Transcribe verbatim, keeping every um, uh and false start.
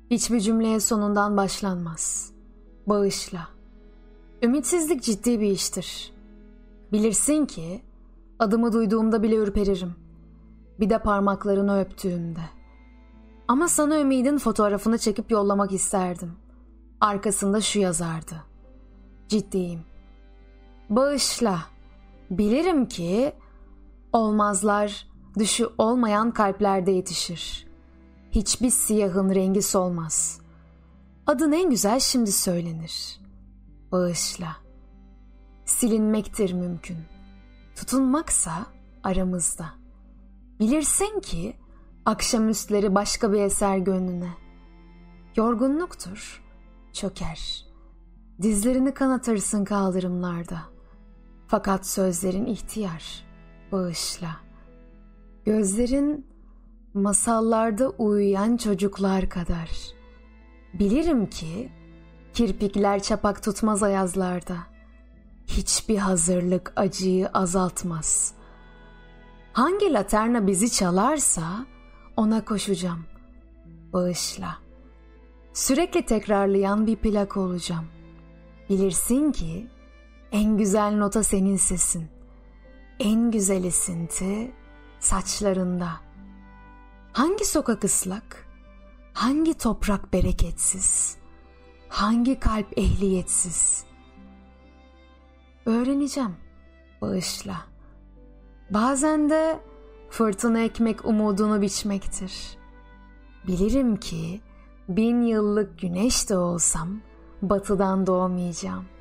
Hiçbir cümleye sonundan başlanmaz. Bağışla. Ümitsizlik ciddi bir iştir. Bilirsin ki adımı duyduğumda bile ürperirim. Bir de parmaklarını öptüğümde. Ama sana Ümid'in fotoğrafını çekip yollamak isterdim. Arkasında şu yazardı: ciddiyim. Bağışla. Bilirim ki olmazlar düşü olmayan kalplerde yetişir. Hiçbir siyahın rengi solmaz. Adın en güzel şimdi söylenir. Bağışla. Silinmektir mümkün. Tutunmaksa aramızda. Bilirsin ki akşamüstleri başka bir eser gönlüne. Yorgunluktur, çöker. Dizlerini kanatırsın kaldırımlarda. Fakat sözlerin ihtiyar, bağışla. Gözlerin masallarda uyuyan çocuklar kadar. Bilirim ki kirpikler çapak tutmaz ayazlarda. Hiçbir hazırlık acıyı azaltmaz. Hangi laterna bizi çalarsa ona koşacağım. Bağışla. Sürekli tekrarlayan bir plak olacağım. Bilirsin ki en güzel nota senin sesin. En güzel esinti saçlarında. Hangi sokak ıslak? Hangi toprak bereketsiz? Hangi kalp ehliyetsiz? Öğreneceğim. Bağışla. Bazen de fırtına ekmek umudunu biçmektir. Bilirim ki bin yıllık güneş de olsam batıdan doğmayacağım.